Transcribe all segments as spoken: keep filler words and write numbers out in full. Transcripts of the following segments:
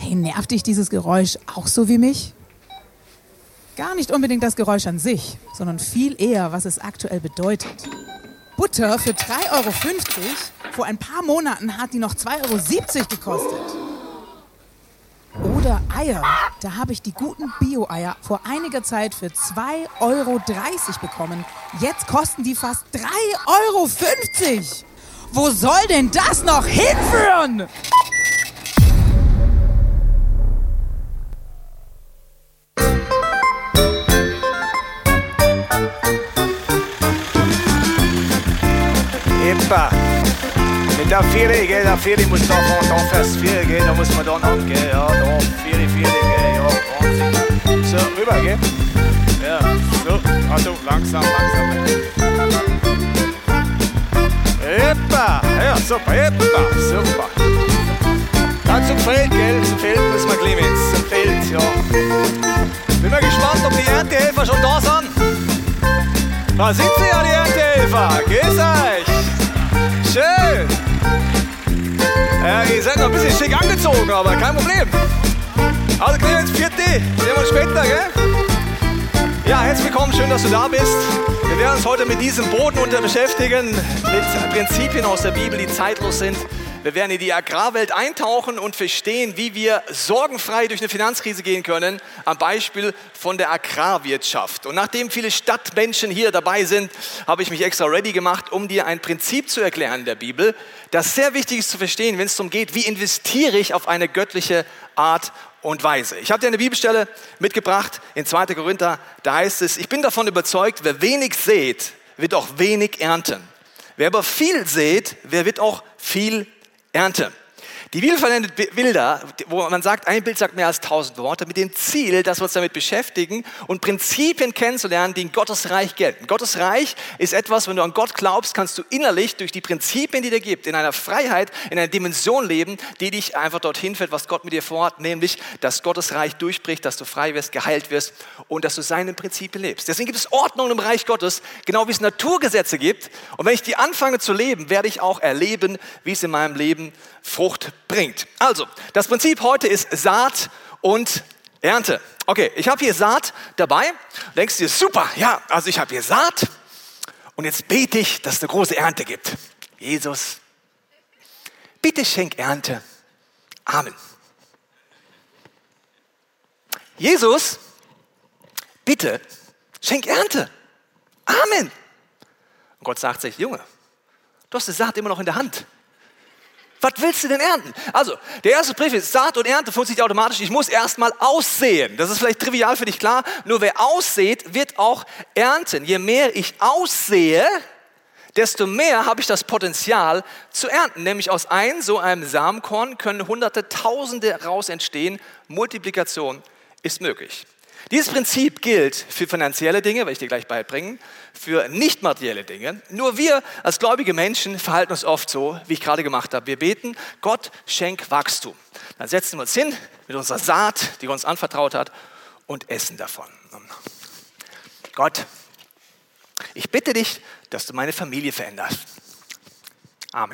Hey, nervt dich dieses Geräusch auch so wie mich? Gar nicht unbedingt das Geräusch an sich, sondern viel eher, was es aktuell bedeutet. Butter für drei Euro fünfzig, vor ein paar Monaten hat die noch zwei Euro siebzig gekostet. Oder Eier, da habe ich die guten Bio-Eier vor einiger Zeit für zwei Euro dreißig bekommen. Jetzt kosten die fast drei Euro fünfzig. Wo soll denn das noch hinführen? Epa. Mit der Vieri, gell, der Vieri muss da, da Vers vier, gell, da muss man da lang, gell, ja, da, Vieri, Vieri, gell, ja, Wahnsinn. So, rüber, gell, ja, so, also, langsam, langsam. Epa, ja, super, epa, super. Dann zum Feld, gell, zum Feld müssen wir, Clemens, zum Feld, ja. Bin mal gespannt, ob die Erntehelfer schon da sind. Da sind sie ja, die Erntehelfer, grüß euch. Schön! Ja, ihr seid noch ein bisschen schick angezogen, aber kein Problem. Also Clemens, vierte, sehen wir uns später, gell? Ja, herzlich willkommen, schön, dass du da bist. Wir werden uns heute mit diesem Boden unter beschäftigen, mit Prinzipien aus der Bibel, die zeitlos sind. Wir werden in die Agrarwelt eintauchen und verstehen, wie wir sorgenfrei durch eine Finanzkrise gehen können, am Beispiel von der Agrarwirtschaft. Und nachdem viele Stadtmenschen hier dabei sind, habe ich mich extra ready gemacht, um dir ein Prinzip zu erklären in der Bibel, das sehr wichtig ist zu verstehen, wenn es darum geht, wie investiere ich auf eine göttliche Art und Weise. Ich habe dir eine Bibelstelle mitgebracht in zweiter Korinther, da heißt es, ich bin davon überzeugt, wer wenig sät, wird auch wenig ernten. Wer aber viel sät, wer wird auch viel Ernte. Die Bibel verwendet Bilder, wo man sagt, ein Bild sagt mehr als tausend Worte, mit dem Ziel, dass wir uns damit beschäftigen und Prinzipien kennenzulernen, die in Gottes Reich gelten. Gottes Reich ist etwas, wenn du an Gott glaubst, kannst du innerlich durch die Prinzipien, die dir gibt, in einer Freiheit, in einer Dimension leben, die dich einfach dorthin führt, was Gott mit dir vorhat, nämlich, dass Gottes Reich durchbricht, dass du frei wirst, geheilt wirst und dass du seine Prinzipien lebst. Deswegen gibt es Ordnung im Reich Gottes, genau wie es Naturgesetze gibt. Und wenn ich die anfange zu leben, werde ich auch erleben, wie es in meinem Leben Frucht bringt. Also, das Prinzip heute ist Saat und Ernte. Okay, ich habe hier Saat dabei. Du denkst dir, super, ja, also ich habe hier Saat und jetzt bete ich, dass es eine große Ernte gibt. Jesus, bitte schenk Ernte. Amen. Jesus, bitte schenk Ernte. Amen. Und Gott sagt sich, Junge, du hast die Saat immer noch in der Hand. Was willst du denn ernten? Also, der erste Brief ist, Saat und Ernte funktioniert automatisch. Ich muss erstmal aussehen. Das ist vielleicht trivial für dich klar. Nur wer aussät, wird auch ernten. Je mehr ich aussehe, desto mehr habe ich das Potenzial zu ernten. Nämlich aus ein, so einem Samenkorn können Hunderte, Tausende raus entstehen. Multiplikation ist möglich. Dieses Prinzip gilt für finanzielle Dinge, werde ich dir gleich beibringen, für nicht materielle Dinge. Nur wir als gläubige Menschen verhalten uns oft so, wie ich gerade gemacht habe. Wir beten, Gott, schenk Wachstum. Dann setzen wir uns hin mit unserer Saat, die Gott uns anvertraut hat, und essen davon. Gott, ich bitte dich, dass du meine Familie veränderst. Amen.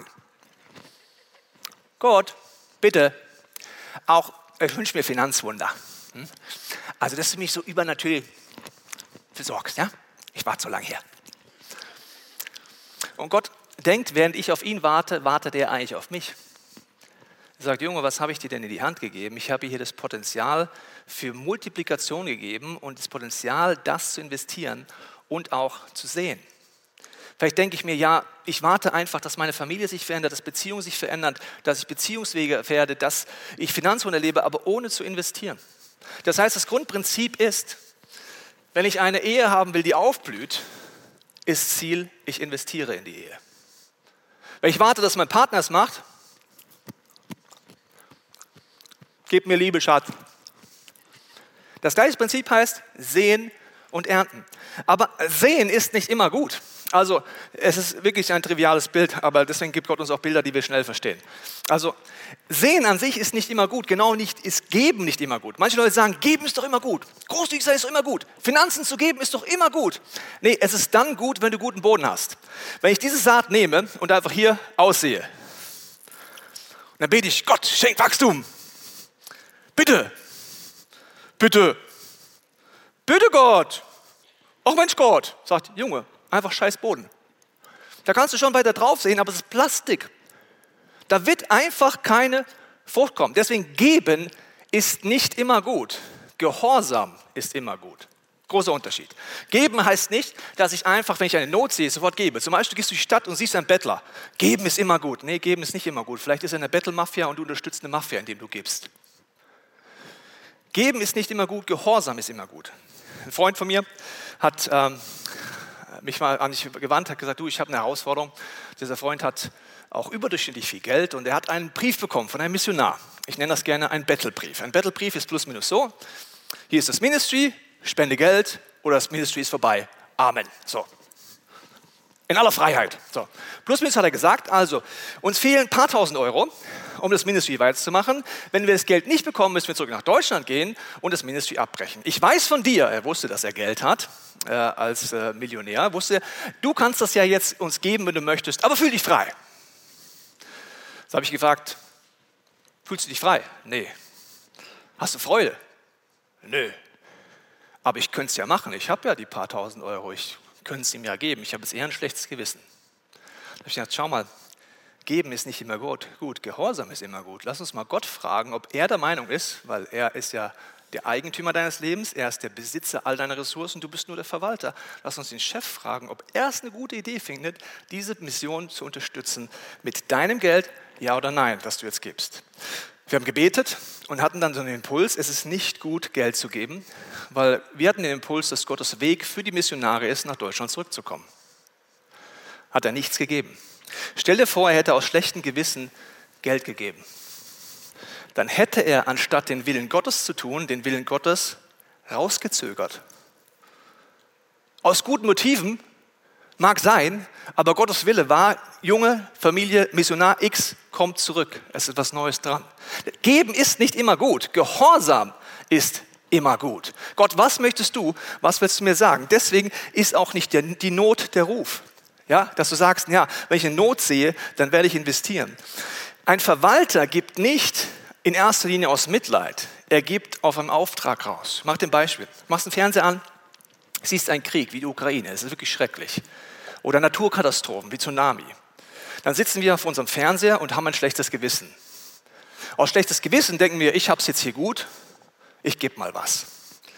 Gott, bitte, auch ich wünsche mir Finanzwunder. Also, dass du mich so übernatürlich versorgst, ja? Ich warte so lange her. Und Gott denkt, während ich auf ihn warte, wartet er eigentlich auf mich. Er sagt, Junge, was habe ich dir denn in die Hand gegeben? Ich habe hier das Potenzial für Multiplikation gegeben und das Potenzial, das zu investieren und auch zu sehen. Vielleicht denke ich mir, ja, ich warte einfach, dass meine Familie sich verändert, dass Beziehungen sich verändern, dass ich Beziehungswege werde, dass ich Finanzwunder erlebe, aber ohne zu investieren. Das heißt, das Grundprinzip ist, wenn ich eine Ehe haben will, die aufblüht, ist Ziel, ich investiere in die Ehe. Wenn ich warte, dass mein Partner es macht, gib mir Liebe, Schatz. Das gleiche Prinzip heißt sehen und ernten. Aber sehen ist nicht immer gut. Also es ist wirklich ein triviales Bild, aber deswegen gibt Gott uns auch Bilder, die wir schnell verstehen. Also sehen an sich ist nicht immer gut, genau nicht ist geben nicht immer gut. Manche Leute sagen, geben ist doch immer gut, großzügig sein ist doch immer gut, Finanzen zu geben ist doch immer gut. Nee, es ist dann gut, wenn du guten Boden hast. Wenn ich diese Saat nehme und einfach hier aussehe, und dann bete ich, Gott, schenk Wachstum, bitte, bitte, bitte Gott. Ach Mensch Gott, sagt Junge, einfach scheiß Boden. Da kannst du schon weiter drauf sehen, aber es ist Plastik. Da wird einfach keine Frucht kommen. Deswegen geben ist nicht immer gut. Gehorsam ist immer gut. Großer Unterschied. Geben heißt nicht, dass ich einfach, wenn ich eine Not sehe, sofort gebe. Zum Beispiel, du gehst durch die Stadt und siehst einen Bettler. Geben ist immer gut. Nee, geben ist nicht immer gut. Vielleicht ist er eine Bettelmafia und du unterstützt eine Mafia, indem du gibst. Geben ist nicht immer gut, Gehorsam ist immer gut. Ein Freund von mir hat ähm, mich mal an mich gewandt, hat gesagt, du, ich habe eine Herausforderung. Dieser Freund hat auch überdurchschnittlich viel Geld und er hat einen Brief bekommen von einem Missionar. Ich nenne das gerne einen Bettelbrief. Ein Bettelbrief ist plus minus so. Hier ist das Ministry, spende Geld oder das Ministry ist vorbei. Amen. So. In aller Freiheit. So. Plus minus hat er gesagt, also uns fehlen ein paar tausend Euro, um das Ministry weiterzumachen. Wenn wir das Geld nicht bekommen, müssen wir zurück nach Deutschland gehen und das Ministry abbrechen. Ich weiß von dir, er wusste, dass er Geld hat äh, als äh, Millionär, wusste, du kannst das ja jetzt uns geben, wenn du möchtest, aber fühl dich frei. Das habe ich gefragt, fühlst du dich frei? Nee. Hast du Freude? Nö. Aber ich könnte es ja machen, ich habe ja die paar tausend Euro, ich könnte es ihm ja geben, ich habe jetzt eher ein schlechtes Gewissen. Da habe ich gesagt, schau mal, geben ist nicht immer gut, gut, Gehorsam ist immer gut. Lass uns mal Gott fragen, ob er der Meinung ist, weil er ist ja der Eigentümer deines Lebens, er ist der Besitzer all deiner Ressourcen, du bist nur der Verwalter. Lass uns den Chef fragen, ob er es eine gute Idee findet, diese Mission zu unterstützen mit deinem Geld, ja oder nein, das du jetzt gibst. Wir haben gebetet und hatten dann so einen Impuls, es ist nicht gut, Geld zu geben, weil wir hatten den Impuls, dass Gottes Weg für die Missionare ist, nach Deutschland zurückzukommen. Hat er nichts gegeben. Stell dir vor, er hätte aus schlechtem Gewissen Geld gegeben. Dann hätte er, anstatt den Willen Gottes zu tun, den Willen Gottes rausgezögert. Aus guten Motiven, mag sein, aber Gottes Wille war, junge Familie, Missionar X kommt zurück. Es ist was Neues dran. Geben ist nicht immer gut. Gehorsam ist immer gut. Gott, was möchtest du? Was willst du mir sagen? Deswegen ist auch nicht der, die Not der Ruf. Ja, dass du sagst, ja, wenn ich eine Not sehe, dann werde ich investieren. Ein Verwalter gibt nicht in erster Linie aus Mitleid. Er gibt auf einen Auftrag raus. Mach dir ein Beispiel. Du machst den Fernseher an, siehst einen Krieg wie die Ukraine. Das ist wirklich schrecklich. Oder Naturkatastrophen wie Tsunami. Dann sitzen wir auf unserem Fernseher und haben ein schlechtes Gewissen. Aus schlechtes Gewissen denken wir, ich habe es jetzt hier gut, ich gebe mal was.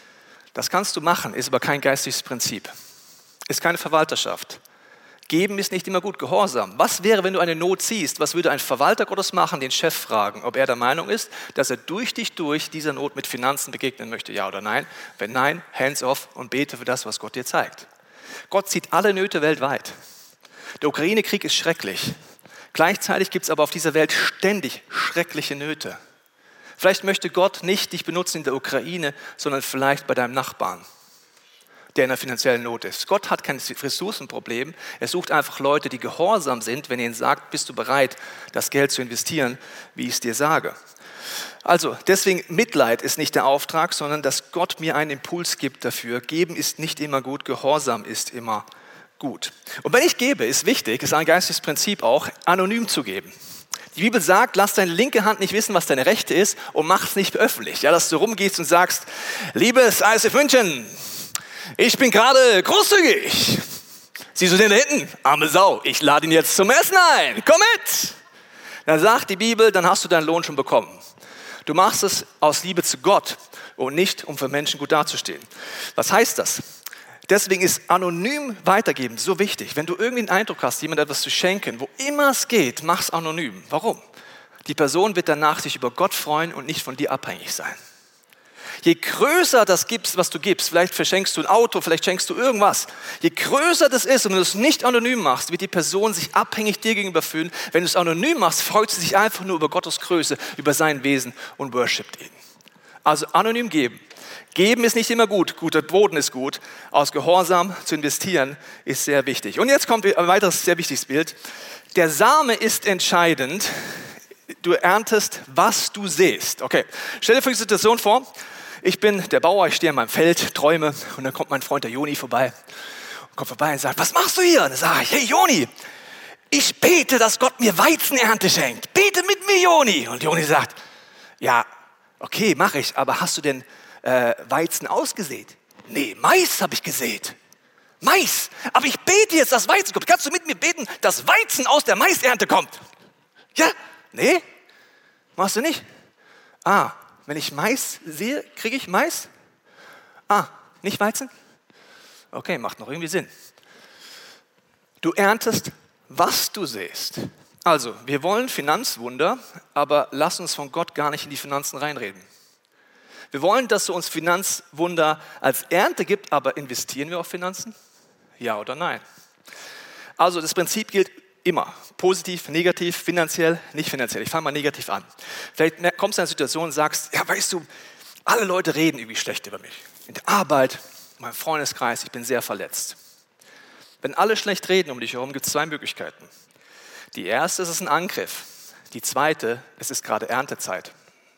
Das kannst du machen, ist aber kein geistiges Prinzip. Ist keine Verwalterschaft. Geben ist nicht immer gut, Gehorsam. Was wäre, wenn du eine Not siehst? Was würde ein Verwalter Gottes machen, den Chef fragen, ob er der Meinung ist, dass er durch dich durch dieser Not mit Finanzen begegnen möchte, ja oder nein? Wenn nein, hands off und bete für das, was Gott dir zeigt. Gott sieht alle Nöte weltweit. Der Ukraine-Krieg ist schrecklich. Gleichzeitig gibt es aber auf dieser Welt ständig schreckliche Nöte. Vielleicht möchte Gott nicht dich benutzen in der Ukraine, sondern vielleicht bei deinem Nachbarn, der in einer finanziellen Not ist. Gott hat kein Ressourcenproblem. Er sucht einfach Leute, die gehorsam sind, wenn er ihnen sagt, bist du bereit, das Geld zu investieren, wie ich es dir sage. Also deswegen, Mitleid ist nicht der Auftrag, sondern dass Gott mir einen Impuls gibt dafür. Geben ist nicht immer gut, Gehorsam ist immer gut. Und wenn ich gebe, ist wichtig, ist ein geistiges Prinzip auch, anonym zu geben. Die Bibel sagt, lass deine linke Hand nicht wissen, was deine rechte ist und mach es nicht öffentlich. Ja, dass du rumgehst und sagst, liebes I S F München, ich bin gerade großzügig. Siehst du den da hinten? Arme Sau, ich lade ihn jetzt zum Essen ein. Komm mit! Dann sagt die Bibel, dann hast du deinen Lohn schon bekommen. Du machst es aus Liebe zu Gott und nicht, um für Menschen gut dazustehen. Was heißt das? Deswegen ist anonym weitergeben so wichtig. Wenn du irgendwie den Eindruck hast, jemand etwas zu schenken, wo immer es geht, mach es anonym. Warum? Die Person wird danach sich über Gott freuen und nicht von dir abhängig sein. Je größer das gibst, was du gibst, vielleicht verschenkst du ein Auto, vielleicht schenkst du irgendwas. Je größer das ist und wenn du es nicht anonym machst, wird die Person sich abhängig dir gegenüber fühlen. Wenn du es anonym machst, freut sie sich einfach nur über Gottes Größe, über sein Wesen und worshipt ihn. Also anonym geben. Geben ist nicht immer gut. Guter Boden ist gut. Aus Gehorsam zu investieren ist sehr wichtig. Und jetzt kommt ein weiteres sehr wichtiges Bild. Der Same ist entscheidend. Du erntest, was du sähst. Okay, stell dir folgende Situation vor. Ich bin der Bauer, ich stehe in meinem Feld, träume und dann kommt mein Freund der Joni vorbei. Kommt vorbei und sagt, was machst du hier? Und dann sage ich, hey Joni, ich bete, dass Gott mir Weizenernte schenkt. Bete mit mir, Joni. Und Joni sagt, ja, Okay, mache ich, aber hast du denn äh, Weizen ausgesät? Nee, Mais habe ich gesät. Mais, aber ich bete jetzt, dass Weizen kommt. Kannst du mit mir beten, dass Weizen aus der Maisernte kommt? Ja? Nee? Machst du nicht? Ah, wenn ich Mais sehe, kriege ich Mais? Ah, nicht Weizen? Okay, macht noch irgendwie Sinn. Du erntest, was du sähst. Also, wir wollen Finanzwunder, aber lass uns von Gott gar nicht in die Finanzen reinreden. Wir wollen, dass er uns Finanzwunder als Ernte gibt, aber investieren wir auf Finanzen? Ja oder nein? Also das Prinzip gilt immer. Positiv, negativ, finanziell, nicht finanziell. Ich fange mal negativ an. Vielleicht kommst du in eine Situation und sagst, ja weißt du, alle Leute reden irgendwie schlecht über mich. In der Arbeit, in meinem Freundeskreis, ich bin sehr verletzt. Wenn alle schlecht reden um dich herum, gibt es zwei Möglichkeiten. Die erste ist es ein Angriff. Die zweite, es ist gerade Erntezeit.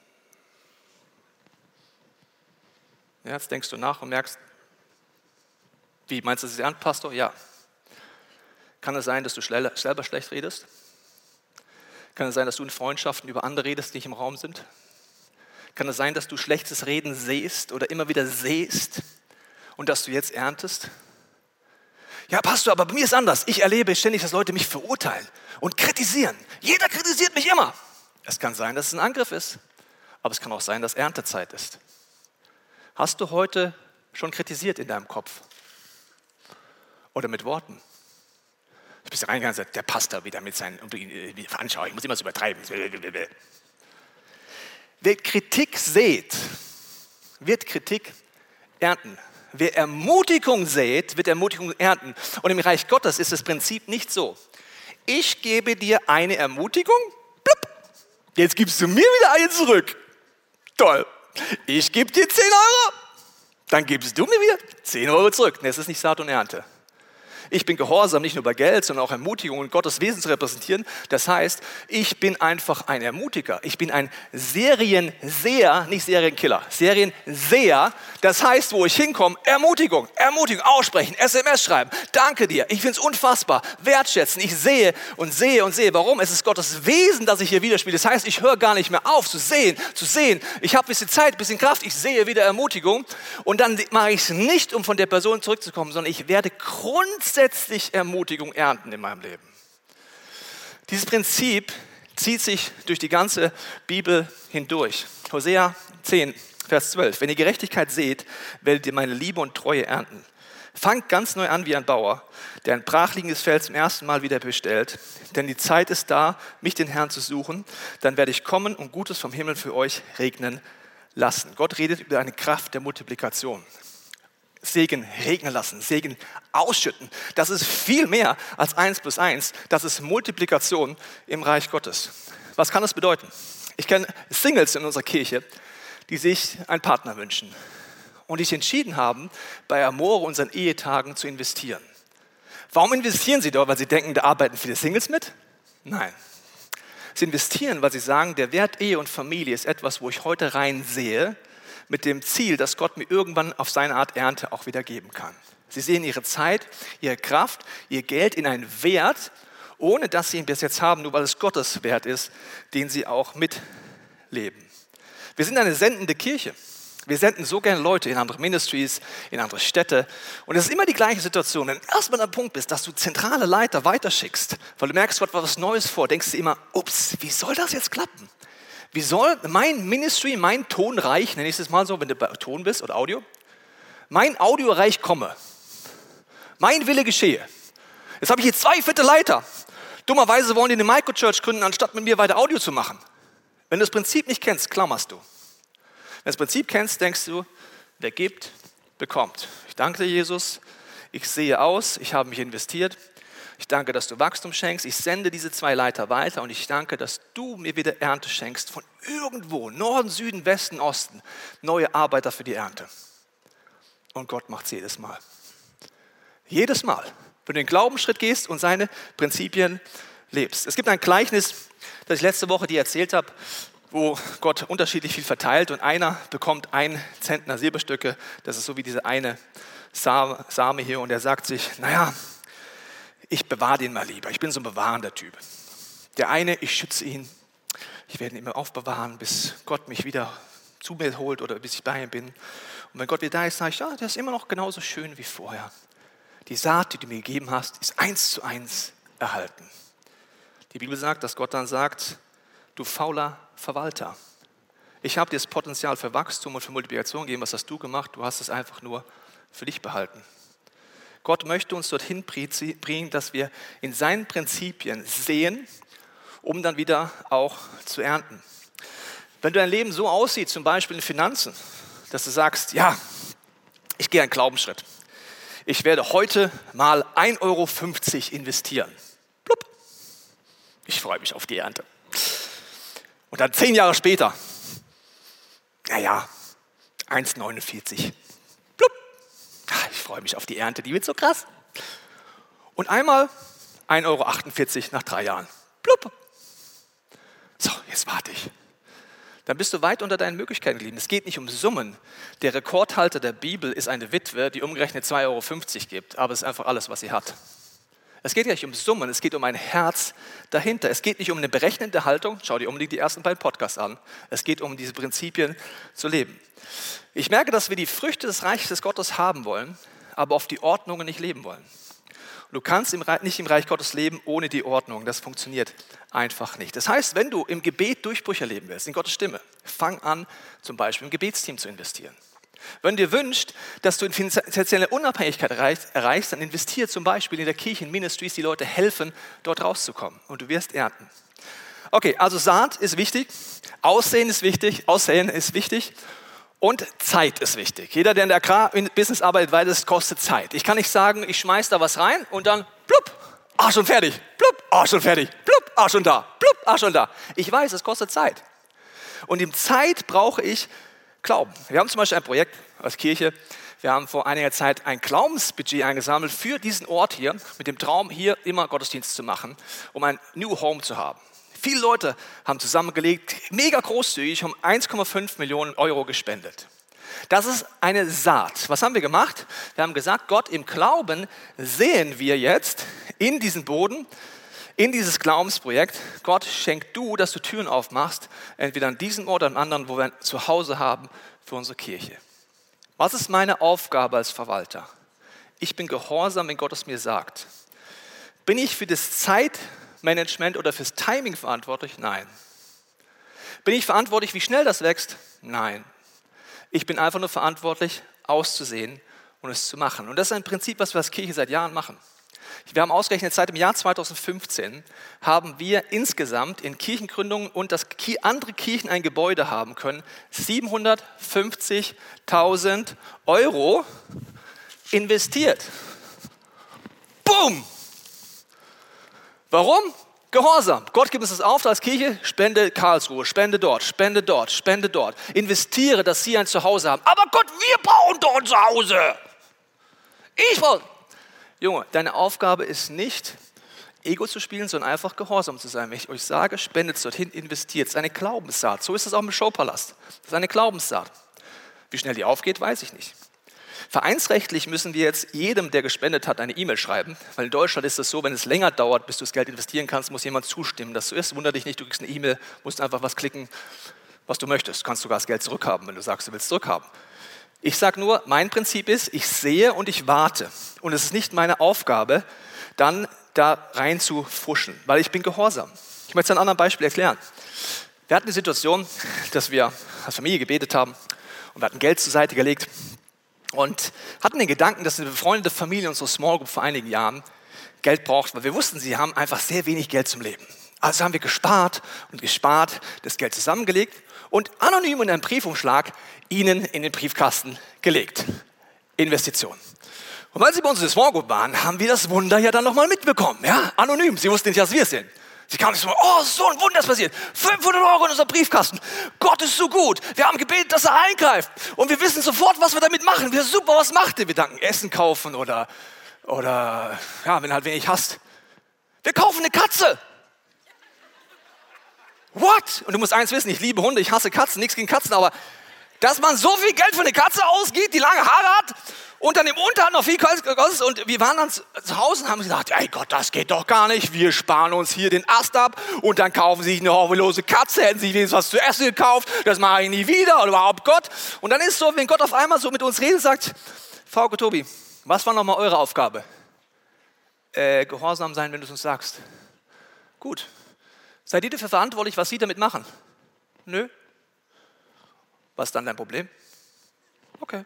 Ja, jetzt denkst du nach und merkst, wie, meinst du, das ist Ernte, Pastor? Ja. Kann es sein, dass du selber schlecht redest? Kann es sein, dass du in Freundschaften über andere redest, die nicht im Raum sind? Kann es sein, dass du schlechtes Reden siehst oder immer wieder siehst und dass du jetzt erntest? Ja, Pastor, aber bei mir ist anders. Ich erlebe ständig, dass Leute mich verurteilen und kritisieren. Jeder kritisiert mich immer. Es kann sein, dass es ein Angriff ist, aber es kann auch sein, dass Erntezeit ist. Hast du heute schon kritisiert in deinem Kopf? Oder mit Worten? Du bist reingegangen und gesagt, der Pastor wieder mit seinen Veranschauungen, ich muss immer so übertreiben. Wer Kritik sät, wird Kritik ernten. Wer Ermutigung sät, wird Ermutigung ernten. Und im Reich Gottes ist das Prinzip nicht so. Ich gebe dir eine Ermutigung, blub, jetzt gibst du mir wieder eine zurück. Toll. Ich gebe dir zehn Euro, dann gibst du mir wieder zehn Euro zurück. Das ist nicht Saat und Ernte. Ich bin gehorsam, nicht nur bei Geld, sondern auch Ermutigung und Gottes Wesen zu repräsentieren. Das heißt, ich bin einfach ein Ermutiger. Ich bin ein Serienseher, nicht Serienkiller, Serienseher. Das heißt, wo ich hinkomme, Ermutigung, Ermutigung, aussprechen, S M S schreiben. Danke dir, ich finde es unfassbar, wertschätzen. Ich sehe und sehe und sehe. Warum? Es ist Gottes Wesen, das ich hier widerspiele. Das heißt, ich höre gar nicht mehr auf zu sehen, zu sehen. Ich habe ein bisschen Zeit, ein bisschen Kraft, ich sehe wieder Ermutigung. Und dann mache ich es nicht, um von der Person zurückzukommen, sondern ich werde grundsätzlich Grundsätzlich Ermutigung ernten in meinem Leben. Dieses Prinzip zieht sich durch die ganze Bibel hindurch. Hosea zehn, Vers zwölf. Wenn ihr Gerechtigkeit seht, werdet ihr meine Liebe und Treue ernten. Fangt ganz neu an wie ein Bauer, der ein brachliegendes Feld zum ersten Mal wieder bestellt. Denn die Zeit ist da, mich den Herrn zu suchen. Dann werde ich kommen und Gutes vom Himmel für euch regnen lassen. Gott redet über eine Kraft der Multiplikation. Segen regnen lassen, Segen ausschütten. Das ist viel mehr als eins plus eins. Das ist Multiplikation im Reich Gottes. Was kann das bedeuten? Ich kenne Singles in unserer Kirche, die sich einen Partner wünschen und die sich entschieden haben, bei Amore, unseren Ehetagen, zu investieren. Warum investieren sie dort? Weil sie denken, da arbeiten viele Singles mit? Nein. Sie investieren, weil sie sagen, der Wert Ehe und Familie ist etwas, wo ich heute rein sehe, mit dem Ziel, dass Gott mir irgendwann auf seine Art Ernte auch wieder geben kann. Sie sehen ihre Zeit, ihre Kraft, ihr Geld in einen Wert, ohne dass sie ihn bis jetzt haben, nur weil es Gottes Wert ist, den sie auch mitleben. Wir sind eine sendende Kirche. Wir senden so gerne Leute in andere Ministries, in andere Städte. Und es ist immer die gleiche Situation. Wenn du erstmal an der Punkt bist, dass du zentrale Leiter weiterschickst, weil du merkst, Gott hat was Neues vor, denkst du immer, ups, wie soll das jetzt klappen? Wie soll mein Ministry, mein Tonreich, nenne ich es mal so, wenn du bei Ton bist oder Audio, mein Audioreich komme, mein Wille geschehe. Jetzt habe ich hier zwei fette Leiter. Dummerweise wollen die eine Microchurch gründen, anstatt mit mir weiter Audio zu machen. Wenn du das Prinzip nicht kennst, klammerst du. Wenn du das Prinzip kennst, denkst du, wer gibt, bekommt. Ich danke dir, Jesus, ich sehe aus, ich habe mich investiert. Ich danke, dass du Wachstum schenkst. Ich sende diese zwei Leiter weiter und ich danke, dass du mir wieder Ernte schenkst von irgendwo, Norden, Süden, Westen, Osten, neue Arbeiter für die Ernte. Und Gott macht es jedes Mal. Jedes Mal, wenn du den Glaubensschritt gehst und seine Prinzipien lebst. Es gibt ein Gleichnis, das ich letzte Woche dir erzählt habe, wo Gott unterschiedlich viel verteilt und einer bekommt ein Zentner Silberstücke. Das ist so wie diese eine Same hier und er sagt sich, naja, ich bewahre den mal lieber. Ich bin so ein bewahrender Typ. Der eine, ich schütze ihn. Ich werde ihn immer aufbewahren, bis Gott mich wieder zu mir holt oder bis ich bei ihm bin. Und wenn Gott wieder da ist, sage ich, ja, der ist immer noch genauso schön wie vorher. Die Saat, die du mir gegeben hast, ist eins zu eins erhalten. Die Bibel sagt, dass Gott dann sagt, du fauler Verwalter. Ich habe dir das Potenzial für Wachstum und für Multiplikation gegeben. Was hast du gemacht? Du hast es einfach nur für dich behalten. Gott möchte uns dorthin bringen, dass wir in seinen Prinzipien sehen, um dann wieder auch zu ernten. Wenn dein Leben so aussieht, zum Beispiel in Finanzen, dass du sagst, ja, ich gehe einen Glaubensschritt. Ich werde heute mal ein Euro fünfzig investieren. Plupp. Ich freue mich auf die Ernte. Und dann zehn Jahre später, naja, eins Komma neunundvierzig. Plupp. Ich freue mich auf die Ernte, die wird so krass. Und einmal ein Euro achtundvierzig nach drei Jahren. Plupp. So, jetzt warte ich. Dann bist du weit unter deinen Möglichkeiten geblieben. Es geht nicht um Summen. Der Rekordhalter der Bibel ist eine Witwe, die umgerechnet zwei Euro fünfzig gibt, aber es ist einfach alles, was sie hat. Es geht ja nicht um Summen, es geht um ein Herz dahinter. Es geht nicht um eine berechnende Haltung. Schau dir unbedingt die ersten beiden Podcasts an. Es geht um diese Prinzipien zu leben. Ich merke, dass wir die Früchte des Reiches des Gottes haben wollen, aber auf die Ordnungen nicht leben wollen. Du kannst im Reich, nicht im Reich Gottes leben ohne die Ordnung. Das funktioniert einfach nicht. Das heißt, wenn du im Gebet Durchbrüche erleben willst, in Gottes Stimme, fang an, zum Beispiel im Gebetsteam zu investieren. Wenn du dir wünschst, dass du in finanzielle Unabhängigkeit erreichst, dann investiere zum Beispiel in der Kirche, in Ministries, die Leute helfen, dort rauszukommen. Und du wirst ernten. Okay, also Saat ist wichtig, Aussehen ist wichtig, Aussehen ist wichtig. Und Zeit ist wichtig. Jeder, der in der Agrarbusiness arbeitet, weiß, es kostet Zeit. Ich kann nicht sagen, ich schmeiß da was rein und dann, plupp, ah, schon fertig, plupp, ah, schon fertig, plupp, ah, schon da, plupp, ah, schon da. Ich weiß, es kostet Zeit. Und in Zeit brauche ich Glauben. Wir haben zum Beispiel ein Projekt als Kirche. Wir haben vor einiger Zeit ein Glaubensbudget eingesammelt für diesen Ort hier, mit dem Traum, hier immer Gottesdienst zu machen, um ein New Home zu haben. Viele Leute haben zusammengelegt, mega großzügig, haben eins Komma fünf Millionen Euro gespendet. Das ist eine Saat. Was haben wir gemacht? Wir haben gesagt, Gott, im Glauben sehen wir jetzt in diesen Boden, in dieses Glaubensprojekt, Gott, schenk du, dass du Türen aufmachst, entweder an diesem Ort oder an anderen, wo wir ein Zuhause haben für unsere Kirche. Was ist meine Aufgabe als Verwalter? Ich bin gehorsam, wenn Gott es mir sagt. Bin ich für das Zeitmanagement oder fürs Timing verantwortlich? Nein. Bin ich verantwortlich, wie schnell das wächst? Nein. Ich bin einfach nur verantwortlich, auszusehen und es zu machen. Und das ist ein Prinzip, was wir als Kirche seit Jahren machen. Wir haben ausgerechnet, seit dem Jahr zweitausendfünfzehn haben wir insgesamt in Kirchengründungen und dass andere Kirchen ein Gebäude haben können, siebenhundertfünfzigtausend Euro investiert. Boom! Warum? Gehorsam. Gott gibt uns das Auftrag als Kirche, spende Karlsruhe, spende dort, spende dort, spende dort. Investiere, dass Sie ein Zuhause haben. Aber Gott, wir brauchen doch ein Zuhause. Ich brauche... Junge, deine Aufgabe ist nicht, Ego zu spielen, sondern einfach gehorsam zu sein. Wenn ich euch sage, spendet dorthin, investiert. Das ist eine Glaubenssaat. So ist es auch im Showpalast. Das ist eine Glaubenssaat. Wie schnell die aufgeht, weiß ich nicht. Vereinsrechtlich müssen wir jetzt jedem, der gespendet hat, eine E-Mail schreiben, weil in Deutschland ist es so, wenn es länger dauert, bis du das Geld investieren kannst, muss jemand zustimmen. Das so ist, wundert dich nicht, du kriegst eine E-Mail, musst einfach was klicken, was du möchtest. Du kannst sogar das Geld zurückhaben, wenn du sagst, du willst es zurückhaben. Ich sage nur, mein Prinzip ist, ich sehe und ich warte. Und es ist nicht meine Aufgabe, dann da rein zu fuschen, weil ich bin gehorsam. Ich möchte es an einem anderen Beispiel erklären. Wir hatten die Situation, dass wir als Familie gebetet haben und wir hatten Geld zur Seite gelegt und hatten den Gedanken, dass eine befreundete Familie, unsere Small Group vor einigen Jahren, Geld braucht, weil wir wussten, sie haben einfach sehr wenig Geld zum Leben. Also haben wir gespart und gespart, das Geld zusammengelegt und anonym in einem Briefumschlag ihnen in den Briefkasten gelegt. Investition. Und weil sie bei uns in der Small Group waren, haben wir das Wunder ja dann nochmal mitbekommen. Ja? Anonym, sie wussten nicht, dass wir es sind. Sie kamen nicht so, oh, so ein Wunder ist passiert. fünfhundert Euro in unserem Briefkasten. Gott ist so gut. Wir haben gebetet, dass er eingreift. Und wir wissen sofort, was wir damit machen. Wir super, was macht ihr? Wir danken Essen kaufen oder, oder ja, wenn du halt wenig hast. Wir kaufen eine Katze. What? Und du musst eins wissen, ich liebe Hunde, ich hasse Katzen, nichts gegen Katzen, aber dass man so viel Geld für eine Katze ausgibt, die lange Haare hat Und dann im Unterhand noch viel Gottes. Und wir waren dann zu Hause und haben gesagt, ey Gott, das geht doch gar nicht. Wir sparen uns hier den Ast ab und dann kaufen sie sich eine hoffnungslose Katze, hätten sie wenigstens was zu essen gekauft. Das mache ich nie wieder oder überhaupt Gott. Und dann ist es so, wenn Gott auf einmal so mit uns redet, sagt, Frauke, Tobi, was war nochmal eure Aufgabe? Äh, gehorsam sein, wenn du es uns sagst. Gut. Seid ihr dafür verantwortlich, was sie damit machen? Nö. Was ist dann dein Problem? Okay.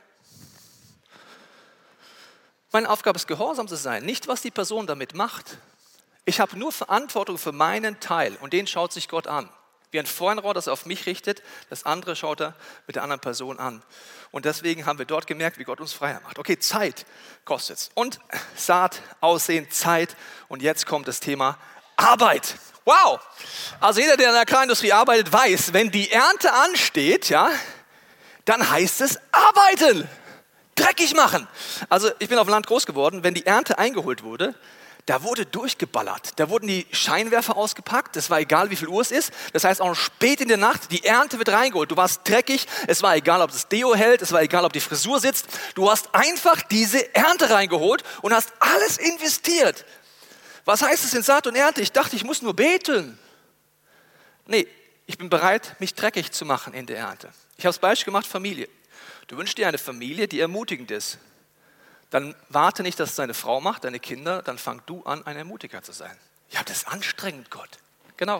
Meine Aufgabe ist, gehorsam zu sein, nicht was die Person damit macht. Ich habe nur Verantwortung für meinen Teil und den schaut sich Gott an. Wie ein Feuerrohr, das er auf mich richtet, das andere schaut er mit der anderen Person an. Und deswegen haben wir dort gemerkt, wie Gott uns freier macht. Okay, Zeit kostet es. Und Saat, Aussehen, Zeit. Und jetzt kommt das Thema Arbeit. Wow! Also jeder, der in der Agrarindustrie arbeitet, weiß, wenn die Ernte ansteht, ja, dann heißt es arbeiten. Dreckig machen. Also ich bin auf dem Land groß geworden, wenn die Ernte eingeholt wurde, da wurde durchgeballert. Da wurden die Scheinwerfer ausgepackt, das war egal, wie viel Uhr es ist. Das heißt, auch noch spät in der Nacht, die Ernte wird reingeholt. Du warst dreckig, es war egal, ob das Deo hält, es war egal, ob die Frisur sitzt. Du hast einfach diese Ernte reingeholt und hast alles investiert. Was heißt es in Saat und Ernte? Ich dachte, ich muss nur beten. Nee, ich bin bereit, mich dreckig zu machen in der Ernte. Ich habe das Beispiel gemacht, Familie. Du wünschst dir eine Familie, die ermutigend ist. Dann warte nicht, dass es deine Frau macht, deine Kinder, dann fang du an, ein Ermutiger zu sein. Ja, das ist anstrengend, Gott. Genau.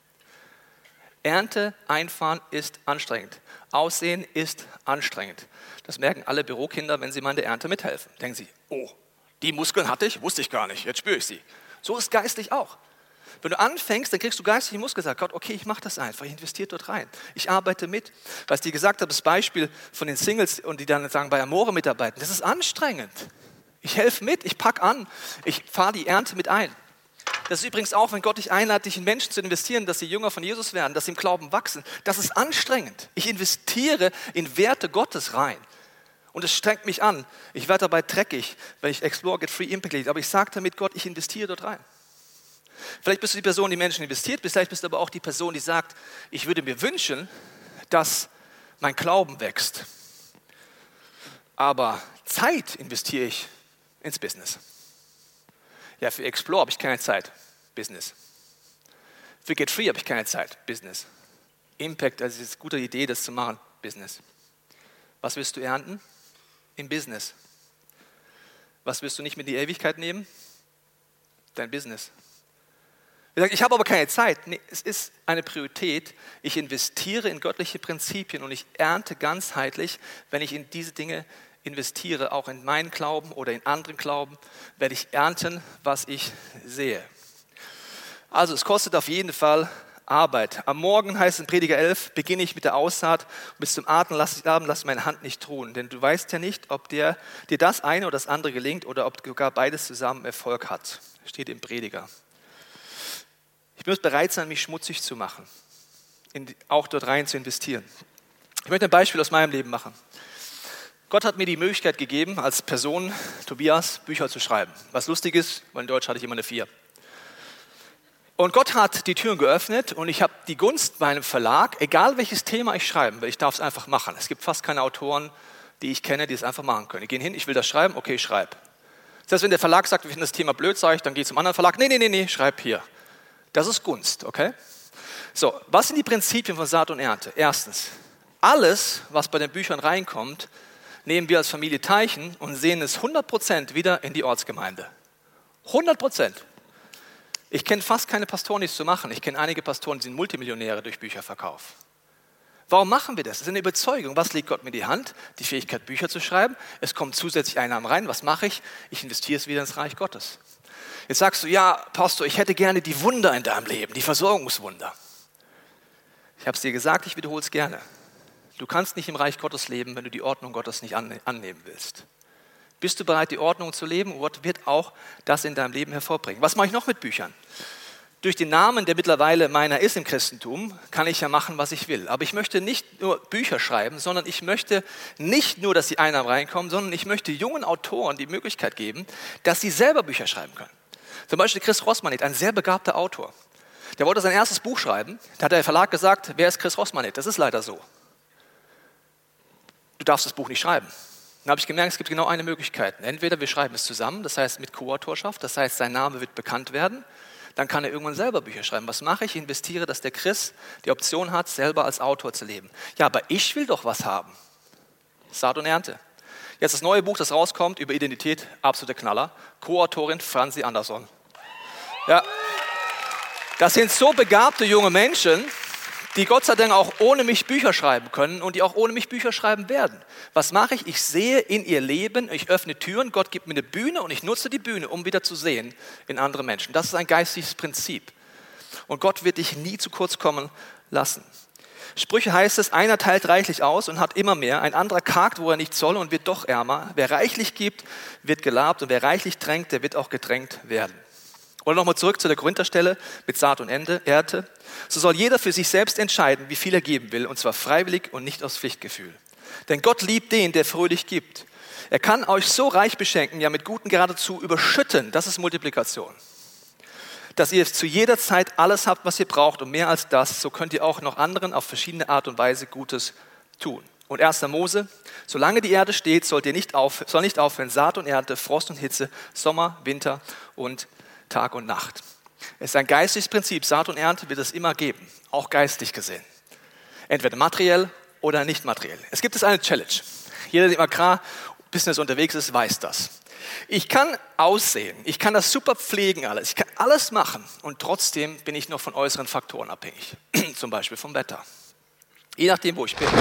Ernte einfahren ist anstrengend. Aussehen ist anstrengend. Das merken alle Bürokinder, wenn sie mal in der Ernte mithelfen. Denken sie, oh, die Muskeln hatte ich, wusste ich gar nicht, jetzt spüre ich sie. So ist geistlich auch. Wenn du anfängst, dann kriegst du geistliche Muskeln. Sag Gott, okay, ich mache das einfach, ich investiere dort rein. Ich arbeite mit. Was ich dir gesagt habe, das Beispiel von den Singles und die dann sagen, bei Amore mitarbeiten, das ist anstrengend. Ich helfe mit, ich packe an, ich fahre die Ernte mit ein. Das ist übrigens auch, wenn Gott dich einlädt, dich in Menschen zu investieren, dass sie Jünger von Jesus werden, dass sie im Glauben wachsen. Das ist anstrengend. Ich investiere in Werte Gottes rein. Und es strengt mich an. Ich werde dabei dreckig, wenn ich Explore, Get Free, Impact lese. Aber ich sage damit Gott, ich investiere dort rein. Vielleicht bist du die Person, die Menschen investiert, vielleicht bist du aber auch die Person, die sagt, ich würde mir wünschen, dass mein Glauben wächst. Aber Zeit investiere ich ins Business. Ja, für Explore habe ich keine Zeit, Business. Für Get Free habe ich keine Zeit, Business. Impact, also es ist eine gute Idee, das zu machen, Business. Was willst du ernten? Im Business. Was willst du nicht mit in die Ewigkeit nehmen? Dein Business. Ich habe aber keine Zeit. Nee, es ist eine Priorität. Ich investiere in göttliche Prinzipien und ich ernte ganzheitlich, wenn ich in diese Dinge investiere, auch in meinen Glauben oder in anderen Glauben, werde ich ernten, was ich sehe. Also es kostet auf jeden Fall Arbeit. Am Morgen heißt es in Prediger elf, beginne ich mit der Aussaat und bis zum Abend lasse ich meine Hand nicht ruhen. Denn du weißt ja nicht, ob der, dir das eine oder das andere gelingt oder ob sogar beides zusammen Erfolg hat. Steht im Prediger. Ich muss bereit sein, mich schmutzig zu machen, in, auch dort rein zu investieren. Ich möchte ein Beispiel aus meinem Leben machen. Gott hat mir die Möglichkeit gegeben, als Person, Tobias, Bücher zu schreiben. Was lustig ist, weil in Deutsch hatte ich immer eine vier. Und Gott hat die Türen geöffnet und ich habe die Gunst bei einem Verlag, egal welches Thema ich schreiben will, ich darf es einfach machen. Es gibt fast keine Autoren, die ich kenne, die es einfach machen können. Die gehen hin, ich will das schreiben, okay, ich schreibe. Das heißt, wenn der Verlag sagt, wir finden das Thema blöd, sage ich, dann gehe ich zum anderen Verlag, nee, nee, nee, nee, schreib hier. Das ist Gunst, okay? So, was sind die Prinzipien von Saat und Ernte? Erstens, alles, was bei den Büchern reinkommt, nehmen wir als Familie Teichen und sehen es hundert Prozent wieder in die Ortsgemeinde. hundert Prozent. Ich kenne fast keine Pastoren, die es so machen. Ich kenne einige Pastoren, die sind Multimillionäre durch Bücherverkauf. Warum machen wir das? Das ist eine Überzeugung. Was legt Gott mir in die Hand? Die Fähigkeit, Bücher zu schreiben. Es kommen zusätzlich Einnahmen rein. Was mache ich? Ich investiere es wieder ins Reich Gottes. Jetzt sagst du, ja, Pastor, ich hätte gerne die Wunder in deinem Leben, die Versorgungswunder. Ich habe es dir gesagt, ich wiederhole es gerne. Du kannst nicht im Reich Gottes leben, wenn du die Ordnung Gottes nicht annehmen willst. Bist du bereit, die Ordnung zu leben? Gott wird auch das in deinem Leben hervorbringen. Was mache ich noch mit Büchern? Durch den Namen, der mittlerweile meiner ist im Christentum, kann ich ja machen, was ich will. Aber ich möchte nicht nur Bücher schreiben, sondern ich möchte nicht nur, dass die Einnahmen reinkommen, sondern ich möchte jungen Autoren die Möglichkeit geben, dass sie selber Bücher schreiben können. Zum Beispiel Chris Rosmanit, ein sehr begabter Autor. Der wollte sein erstes Buch schreiben. Da hat der Verlag gesagt, wer ist Chris Rosmanit? Das ist leider so. Du darfst das Buch nicht schreiben. Dann habe ich gemerkt, es gibt genau eine Möglichkeit. Entweder wir schreiben es zusammen, das heißt mit Co-Autorschaft, das heißt, sein Name wird bekannt werden. Dann kann er irgendwann selber Bücher schreiben. Was mache ich? Ich investiere, dass der Chris die Option hat, selber als Autor zu leben. Ja, aber ich will doch was haben. Saat und Ernte. Jetzt das neue Buch, das rauskommt, über Identität, absoluter Knaller. Co-Autorin Franzi Andersson. Ja. Das sind so begabte junge Menschen, die Gott sei Dank auch ohne mich Bücher schreiben können und die auch ohne mich Bücher schreiben werden. Was mache ich? Ich sehe in ihr Leben, ich öffne Türen, Gott gibt mir eine Bühne und ich nutze die Bühne, um wieder zu sehen in andere Menschen. Das ist ein geistiges Prinzip. Und Gott wird dich nie zu kurz kommen lassen. Sprüche heißt es, einer teilt reichlich aus und hat immer mehr, ein anderer kargt, wo er nicht soll und wird doch ärmer. Wer reichlich gibt, wird gelabt und wer reichlich drängt, der wird auch gedrängt werden. Oder nochmal zurück zu der Korintherstelle mit Saat und Ernte. So soll jeder für sich selbst entscheiden, wie viel er geben will, und zwar freiwillig und nicht aus Pflichtgefühl. Denn Gott liebt den, der fröhlich gibt. Er kann euch so reich beschenken, ja mit Guten geradezu überschütten, das ist Multiplikation. Dass ihr zu jeder Zeit alles habt, was ihr braucht und mehr als das, so könnt ihr auch noch anderen auf verschiedene Art und Weise Gutes tun. Und erster Mose, solange die Erde steht, sollt ihr nicht auf, soll nicht aufhören, Saat und Ernte, Frost und Hitze, Sommer, Winter und Tag und Nacht. Es ist ein geistiges Prinzip. Saat und Ernte wird es immer geben, auch geistlich gesehen. Entweder materiell oder nicht materiell. Es gibt es eine Challenge. Jeder, der im Agrarbusiness unterwegs ist, weiß das. Ich kann aussehen, ich kann das super pflegen alles, ich kann alles machen und trotzdem bin ich noch von äußeren Faktoren abhängig. Zum Beispiel vom Wetter. Je nachdem, wo ich bin.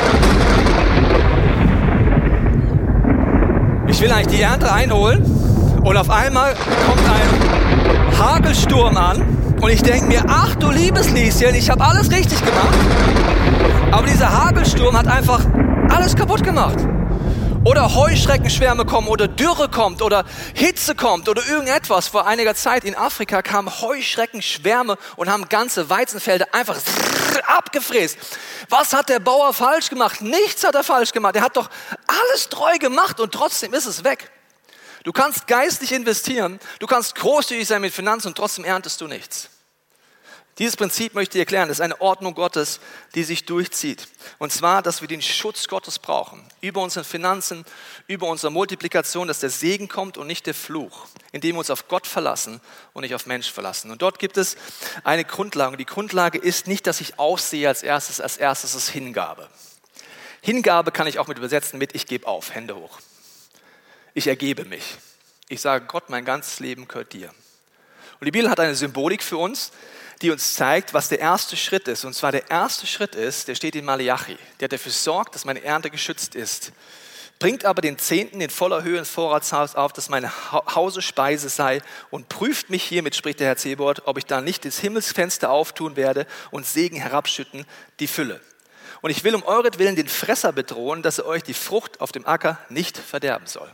Ich will eigentlich die Ernte einholen und auf einmal kommt ein Hagelsturm an und ich denke mir, ach du liebes Lieschen, ich habe alles richtig gemacht. Aber dieser Hagelsturm hat einfach alles kaputt gemacht. Oder Heuschreckenschwärme kommen oder Dürre kommt oder Hitze kommt oder irgendetwas. Vor einiger Zeit in Afrika kamen Heuschreckenschwärme und haben ganze Weizenfelder einfach abgefräst. Was hat der Bauer falsch gemacht? Nichts hat er falsch gemacht. Er hat doch alles treu gemacht und trotzdem ist es weg. Du kannst geistlich investieren, du kannst großzügig sein mit Finanzen und trotzdem erntest du nichts. Dieses Prinzip möchte ich erklären, das ist eine Ordnung Gottes, die sich durchzieht. Und zwar, dass wir den Schutz Gottes brauchen. Über unsere Finanzen, über unsere Multiplikation, dass der Segen kommt und nicht der Fluch. Indem wir uns auf Gott verlassen und nicht auf Mensch verlassen. Und dort gibt es eine Grundlage. Und die Grundlage ist nicht, dass ich aussehe als erstes. Als erstes ist Hingabe. Hingabe kann ich auch mit übersetzen mit, ich gebe auf, Hände hoch. Ich ergebe mich. Ich sage, Gott, mein ganzes Leben gehört dir. Und die Bibel hat eine Symbolik für uns, die uns zeigt, was der erste Schritt ist. Und zwar der erste Schritt ist, der steht in Malachi, der dafür sorgt, dass meine Ernte geschützt ist. Bringt aber den Zehnten in voller Höhe ins Vorratshaus auf, dass meine Hause Speise sei und prüft mich hiermit, spricht der Herr Zebaoth, ob ich da nicht das Himmelsfenster auftun werde und Segen herabschütten, die Fülle. Und ich will um euretwillen den Fresser bedrohen, dass er euch die Frucht auf dem Acker nicht verderben soll.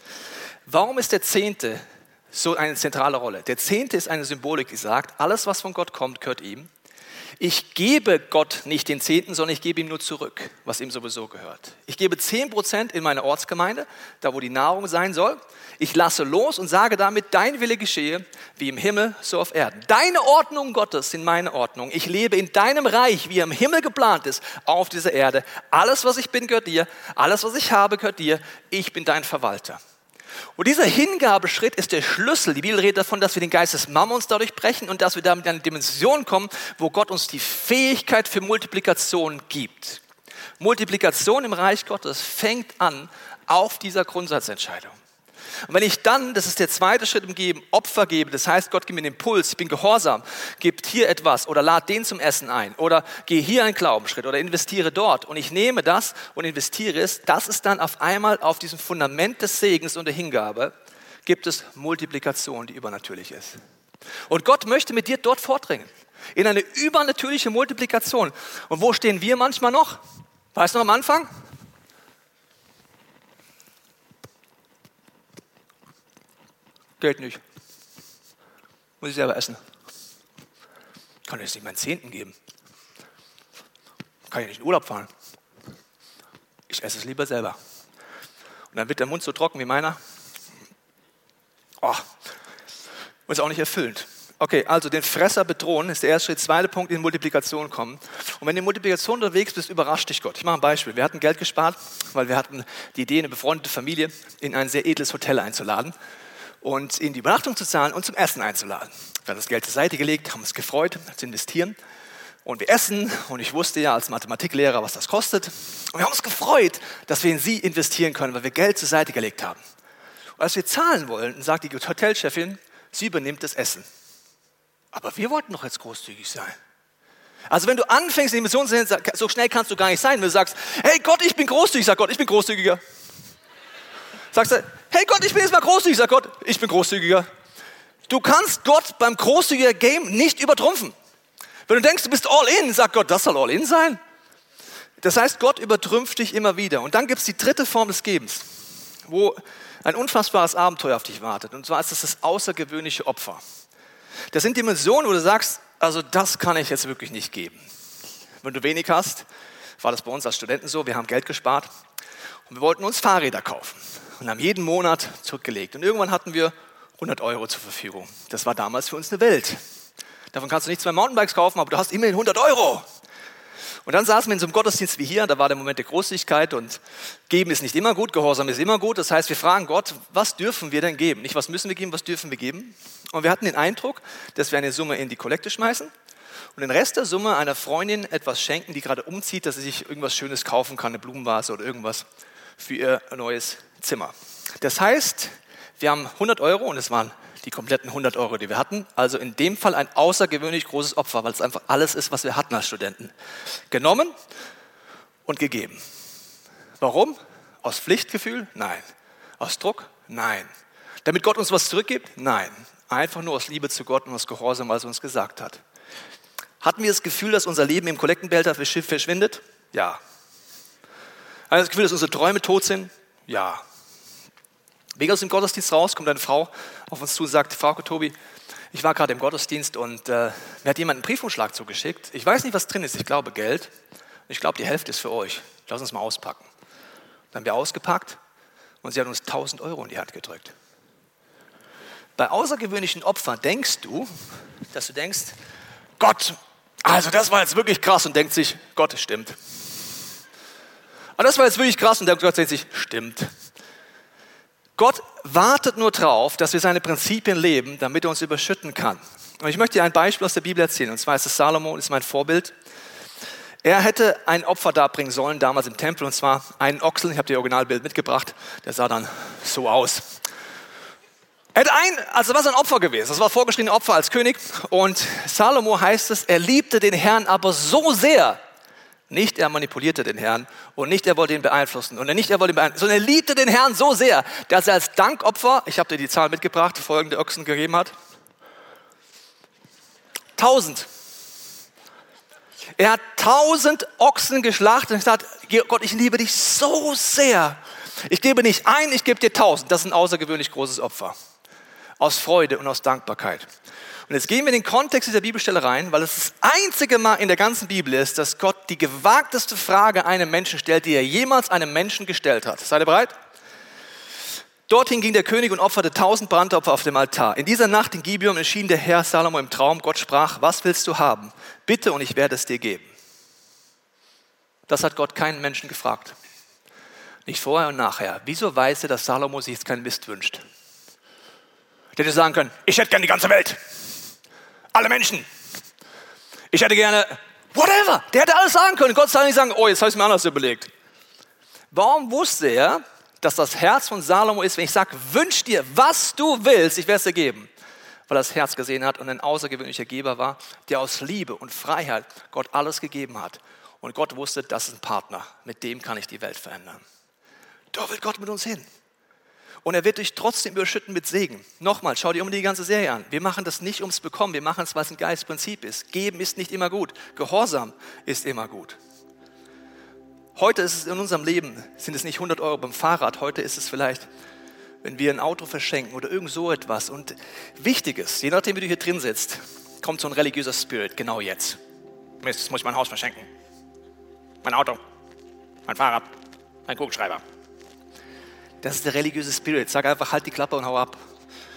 Warum ist der Zehnte so eine zentrale Rolle? Der Zehnte ist eine Symbolik, die sagt, alles, was von Gott kommt, gehört ihm. Ich gebe Gott nicht den Zehnten, sondern ich gebe ihm nur zurück, was ihm sowieso gehört. Ich gebe zehn Prozent in meine Ortsgemeinde, da wo die Nahrung sein soll. Ich lasse los und sage damit, dein Wille geschehe, wie im Himmel, so auf Erden. Deine Ordnungen Gottes sind meine Ordnungen. Ich lebe in deinem Reich, wie er im Himmel geplant ist, auf dieser Erde. Alles, was ich bin, gehört dir. Alles, was ich habe, gehört dir. Ich bin dein Verwalter. Und dieser Hingabeschritt ist der Schlüssel. Die Bibel redet davon, dass wir den Geist des Mammons dadurch brechen und dass wir damit in eine Dimension kommen, wo Gott uns die Fähigkeit für Multiplikation gibt. Multiplikation im Reich Gottes fängt an auf dieser Grundsatzentscheidung. Und wenn ich dann, das ist der zweite Schritt im Geben, Opfer gebe, das heißt, Gott gibt mir den Impuls, ich bin gehorsam, gibt hier etwas oder lade den zum Essen ein oder gehe hier einen Glaubensschritt oder investiere dort und ich nehme das und investiere es, das ist dann auf einmal auf diesem Fundament des Segens und der Hingabe, gibt es Multiplikation, die übernatürlich ist. Und Gott möchte mit dir dort vordringen, in eine übernatürliche Multiplikation. Und wo stehen wir manchmal noch? Weißt du noch am Anfang? Geld nicht. Muss ich selber essen. Kann ich jetzt nicht meinen Zehnten geben. Kann ich nicht in Urlaub fahren. Ich esse es lieber selber. Und dann wird der Mund so trocken wie meiner. Oh, und ist auch nicht erfüllend. Okay, also den Fresser bedrohen ist der erste Schritt. Zweiter Punkt, in Multiplikation kommen. Und wenn du in Multiplikation unterwegs bist, überrascht dich Gott. Ich mache ein Beispiel. Wir hatten Geld gespart, weil wir hatten die Idee, eine befreundete Familie in ein sehr edles Hotel einzuladen und ihnen die Übernachtung zu zahlen und zum Essen einzuladen. Wir haben das Geld zur Seite gelegt, haben uns gefreut, zu investieren. Und wir essen, und ich wusste ja als Mathematiklehrer, was das kostet. Und wir haben uns gefreut, dass wir in sie investieren können, weil wir Geld zur Seite gelegt haben. Und als wir zahlen wollten, sagt die Hotelchefin, sie übernimmt das Essen. Aber wir wollten doch jetzt großzügig sein. Also wenn du anfängst, in die Mission zu sehen, so schnell kannst du gar nicht sein. Wenn du sagst, hey Gott, ich bin großzügig, sag Gott, ich bin großzügiger. Sagst du, hey Gott, ich bin jetzt mal großzügig, sag Gott, ich bin großzügiger. Du kannst Gott beim großzügiger Game nicht übertrumpfen. Wenn du denkst, du bist all in, sagt Gott, das soll all in sein. Das heißt, Gott übertrümpft dich immer wieder. Und dann gibt es die dritte Form des Gebens, wo ein unfassbares Abenteuer auf dich wartet. Und zwar ist das das außergewöhnliche Opfer. Das sind Dimensionen, wo du sagst, also das kann ich jetzt wirklich nicht geben. Wenn du wenig hast, war das bei uns als Studenten so, wir haben Geld gespart und wir wollten uns Fahrräder kaufen und haben jeden Monat zurückgelegt. Und irgendwann hatten wir hundert Euro zur Verfügung. Das war damals für uns eine Welt. Davon kannst du nicht zwei Mountainbikes kaufen, aber du hast immerhin hundert Euro. Und dann saßen wir in so einem Gottesdienst wie hier, da war der Moment der Großzügigkeit und geben ist nicht immer gut, Gehorsam ist immer gut. Das heißt, wir fragen Gott, was dürfen wir denn geben? Nicht, was müssen wir geben, was dürfen wir geben? Und wir hatten den Eindruck, dass wir eine Summe in die Kollekte schmeißen und den Rest der Summe einer Freundin etwas schenken, die gerade umzieht, dass sie sich irgendwas Schönes kaufen kann, eine Blumenvase oder irgendwas für ihr neues Zimmer. Das heißt, wir haben hundert Euro und es waren die kompletten hundert Euro, die wir hatten. Also in dem Fall ein außergewöhnlich großes Opfer, weil es einfach alles ist, was wir hatten als Studenten. Genommen und gegeben. Warum? Aus Pflichtgefühl? Nein. Aus Druck? Nein. Damit Gott uns was zurückgibt? Nein. Einfach nur aus Liebe zu Gott und aus Gehorsam, was er uns gesagt hat. Hatten wir das Gefühl, dass unser Leben im Kollektenbehälter verschwindet? Ja. Haben wir das Gefühl, dass unsere Träume tot sind? Ja. Wegen aus dem Gottesdienst raus kommt eine Frau auf uns zu und sagt, Frau Tobi, ich war gerade im Gottesdienst und äh, mir hat jemand einen Briefumschlag zugeschickt. Ich weiß nicht, was drin ist. Ich glaube Geld. Ich glaube, die Hälfte ist für euch. Lass uns mal auspacken. Dann haben wir ausgepackt und sie hat uns tausend Euro in die Hand gedrückt. Bei außergewöhnlichen Opfern denkst du, dass du denkst, Gott, also das war jetzt wirklich krass und denkt sich, Gott, stimmt. Und das war jetzt wirklich krass und Gott denkt sich, stimmt. Gott wartet nur drauf, dass wir seine Prinzipien leben, damit er uns überschütten kann. Und ich möchte dir ein Beispiel aus der Bibel erzählen. Und zwar ist es Salomo, das ist mein Vorbild. Er hätte ein Opfer darbringen sollen, damals im Tempel, und zwar einen Ochsen. Ich habe dir Originalbild mitgebracht. Der sah dann so aus. Er hätte ein, also das war sein Opfer gewesen. Das war vorgeschriebene Opfer als König. Und Salomo heißt es, er liebte den Herrn aber so sehr. Nicht er manipulierte den Herrn und nicht er wollte ihn beeinflussen und nicht er wollte ihn beeinflussen, sondern er liebte den Herrn so sehr, dass er als Dankopfer, ich habe dir die Zahl mitgebracht, folgende Ochsen gegeben hat. Tausend. Er hat tausend Ochsen geschlachtet und gesagt, Gott, ich liebe dich so sehr. Ich gebe nicht ein, ich gebe dir tausend. Das ist ein außergewöhnlich großes Opfer. Aus Freude und aus Dankbarkeit. Und jetzt gehen wir in den Kontext dieser Bibelstelle rein, weil es das einzige Mal in der ganzen Bibel ist, dass Gott die gewagteste Frage einem Menschen stellt, die er jemals einem Menschen gestellt hat. Seid ihr bereit? Dorthin ging der König und opferte tausend Brandopfer auf dem Altar. In dieser Nacht in Gibeon erschien der Herr Salomo im Traum. Gott sprach, was willst du haben? Bitte und ich werde es dir geben. Das hat Gott keinen Menschen gefragt. Nicht vorher und nachher. Wieso weiß er, dass Salomo sich jetzt keinen Mist wünscht? Der hätte sagen können, ich hätte gerne die ganze Welt. Alle Menschen. Ich hätte gerne, whatever. Der hätte alles sagen können. Gott sei Dank nicht sagen, oh, jetzt habe ich es mir anders überlegt. Warum wusste er, dass das Herz von Salomo ist, wenn ich sage, wünsch dir, was du willst, ich werde es dir geben. Weil er das Herz gesehen hat und ein außergewöhnlicher Geber war, der aus Liebe und Freiheit Gott alles gegeben hat. Und Gott wusste, das ist ein Partner, mit dem kann ich die Welt verändern. Da will Gott mit uns hin. Und er wird dich trotzdem überschütten mit Segen. Nochmal, schau dir um die ganze Serie an. Wir machen das nicht ums Bekommen, wir machen es, weil es ein Geistprinzip ist. Geben ist nicht immer gut, Gehorsam ist immer gut. Heute ist es in unserem Leben, sind es nicht hundert Euro beim Fahrrad, heute ist es vielleicht, wenn wir ein Auto verschenken oder irgend so etwas. Und wichtig ist, je nachdem wie du hier drin sitzt, kommt so ein religiöser Spirit, genau jetzt. Jetzt muss ich mein Haus verschenken, mein Auto, mein Fahrrad, mein Kugelschreiber. Das ist der religiöse Spirit. Sag einfach, halt die Klappe und hau ab.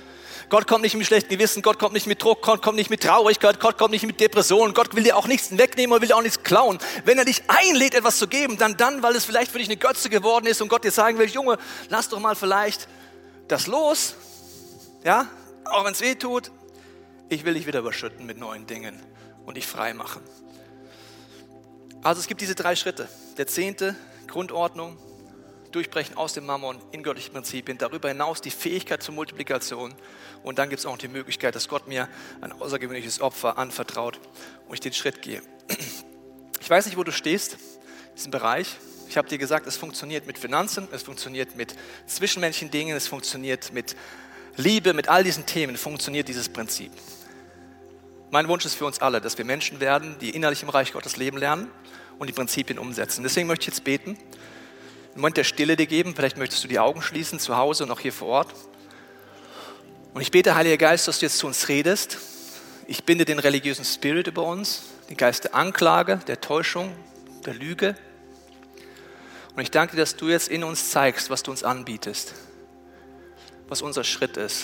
Gott kommt nicht mit schlechtem Gewissen, Gott kommt nicht mit Druck, Gott kommt nicht mit Traurigkeit, Gott kommt nicht mit Depressionen, Gott will dir auch nichts wegnehmen und will dir auch nichts klauen. Wenn er dich einlädt, etwas zu geben, dann dann, weil es vielleicht für dich eine Götze geworden ist und Gott dir sagen will, Junge, lass doch mal vielleicht das los, ja, auch wenn es weh tut. Ich will dich wieder überschütten mit neuen Dingen und dich frei machen. Also es gibt diese drei Schritte. Der Zehnte, Grundordnung, Durchbrechen aus dem Mammon in göttliche Prinzipien. Darüber hinaus die Fähigkeit zur Multiplikation. Und dann gibt es auch die Möglichkeit, dass Gott mir ein außergewöhnliches Opfer anvertraut und ich den Schritt gehe. Ich weiß nicht, wo du stehst in diesem Bereich. Ich habe dir gesagt, es funktioniert mit Finanzen, es funktioniert mit zwischenmenschlichen Dingen, es funktioniert mit Liebe, mit all diesen Themen funktioniert dieses Prinzip. Mein Wunsch ist für uns alle, dass wir Menschen werden, die innerlich im Reich Gottes leben lernen und die Prinzipien umsetzen. Deswegen möchte ich jetzt beten, einen Moment der Stille dir geben. Vielleicht möchtest du die Augen schließen, zu Hause und auch hier vor Ort. Und ich bete, Heiliger Geist, dass du jetzt zu uns redest. Ich binde den religiösen Spirit über uns, den Geist der Anklage, der Täuschung, der Lüge. Und ich danke dir, dass du jetzt in uns zeigst, was du uns anbietest, was unser Schritt ist.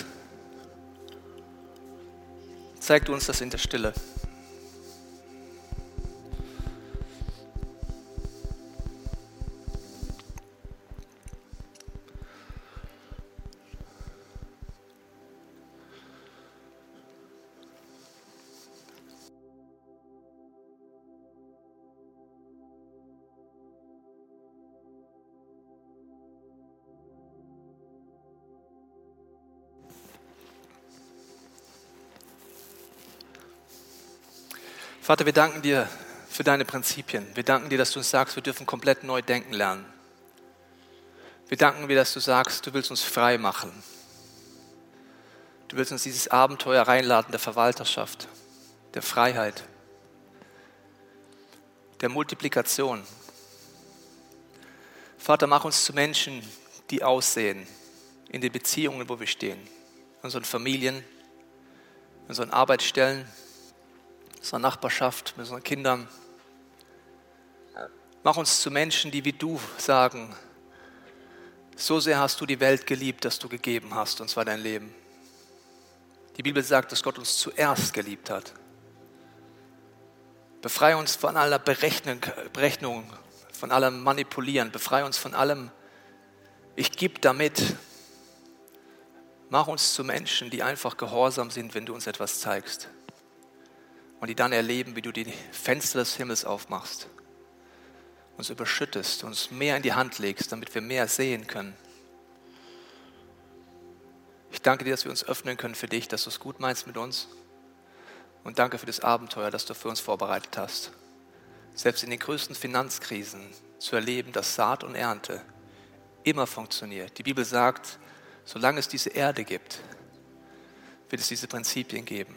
Zeig du uns das in der Stille. Vater, wir danken dir für deine Prinzipien. Wir danken dir, dass du uns sagst, wir dürfen komplett neu denken lernen. Wir danken dir, dass du sagst, du willst uns frei machen. Du willst uns dieses Abenteuer reinladen der Verwalterschaft, der Freiheit, der Multiplikation. Vater, mach uns zu Menschen, die aussehen in den Beziehungen, wo wir stehen, in unseren Familien, in unseren Arbeitsstellen, in unserer Nachbarschaft, mit unseren Kindern. Mach uns zu Menschen, die wie du sagen, so sehr hast du die Welt geliebt, dass du gegeben hast, und zwar dein Leben. Die Bibel sagt, dass Gott uns zuerst geliebt hat. Befreie uns von aller Berechnung, Berechnung, von allem Manipulieren. Befreie uns von allem, ich gebe damit. Mach uns zu Menschen, die einfach gehorsam sind, wenn du uns etwas zeigst. Und die dann erleben, wie du die Fenster des Himmels aufmachst, uns überschüttest, uns mehr in die Hand legst, damit wir mehr sehen können. Ich danke dir, dass wir uns öffnen können für dich, dass du es gut meinst mit uns. Und danke für das Abenteuer, das du für uns vorbereitet hast. Selbst in den größten Finanzkrisen zu erleben, dass Saat und Ernte immer funktioniert. Die Bibel sagt, solange es diese Erde gibt, wird es diese Prinzipien geben.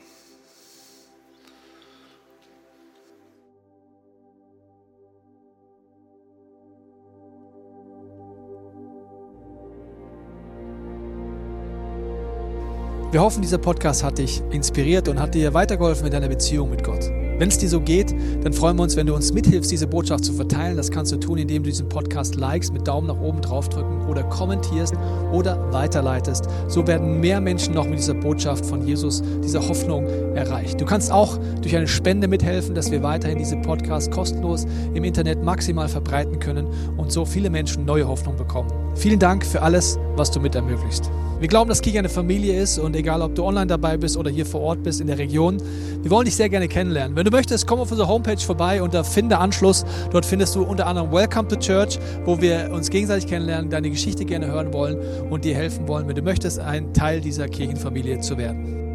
Wir hoffen, dieser Podcast hat dich inspiriert und hat dir weitergeholfen in deiner Beziehung mit Gott. Wenn es dir so geht, dann freuen wir uns, wenn du uns mithilfst, diese Botschaft zu verteilen. Das kannst du tun, indem du diesen Podcast likest, mit Daumen nach oben draufdrücken oder kommentierst oder weiterleitest. So werden mehr Menschen noch mit dieser Botschaft von Jesus, dieser Hoffnung erreicht. Du kannst auch durch eine Spende mithelfen, dass wir weiterhin diese Podcasts kostenlos im Internet maximal verbreiten können und so viele Menschen neue Hoffnung bekommen. Vielen Dank für alles, was du mit ermöglicht. Wir glauben, dass Kirche eine Familie ist und egal, ob du online dabei bist oder hier vor Ort bist in der Region, wir wollen dich sehr gerne kennenlernen. Wenn du möchtest, komm auf unsere Homepage vorbei unter Finde Anschluss. Dort findest du unter anderem Welcome to Church, wo wir uns gegenseitig kennenlernen, deine Geschichte gerne hören wollen und dir helfen wollen, wenn du möchtest, ein Teil dieser Kirchenfamilie zu werden.